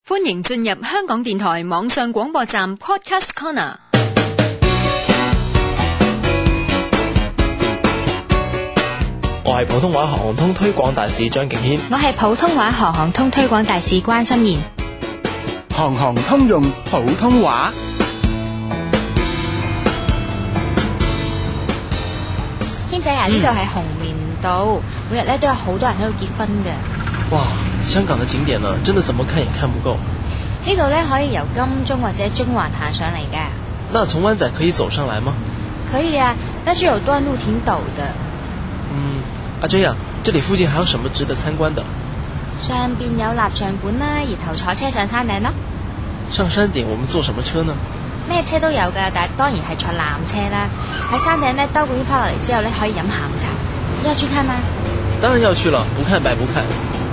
歡迎進入香港電台網上廣播站 Podcast Corner。 我係普通話行行通推廣大使張敬軒， 我係普通話行行通推廣大使關心妍。 行行通用普通話。 軒仔啊，呢度係紅棉道，每日咧都有好多人喺度結婚嘅。 哇，香港的景點呢，真的怎麼看也看不夠。 呢度咧可以由金鐘或者中環行上嚟嘅。 那從灣仔可以走上來嗎？ 可以啊，但是有段路挺陡的。 阿 J 啊，這裡附近還有什麼值得參觀的？ 上邊有蠟像館啦，然後坐車上山頂咯。 上山頂我們坐什麼車呢？ 咩車都有㗎，但係當然係坐纜車啦。喺山頂咧兜個圈翻落嚟之後咧，可以飲下午茶。要去看嗎？ 當然要去了，不看白不看。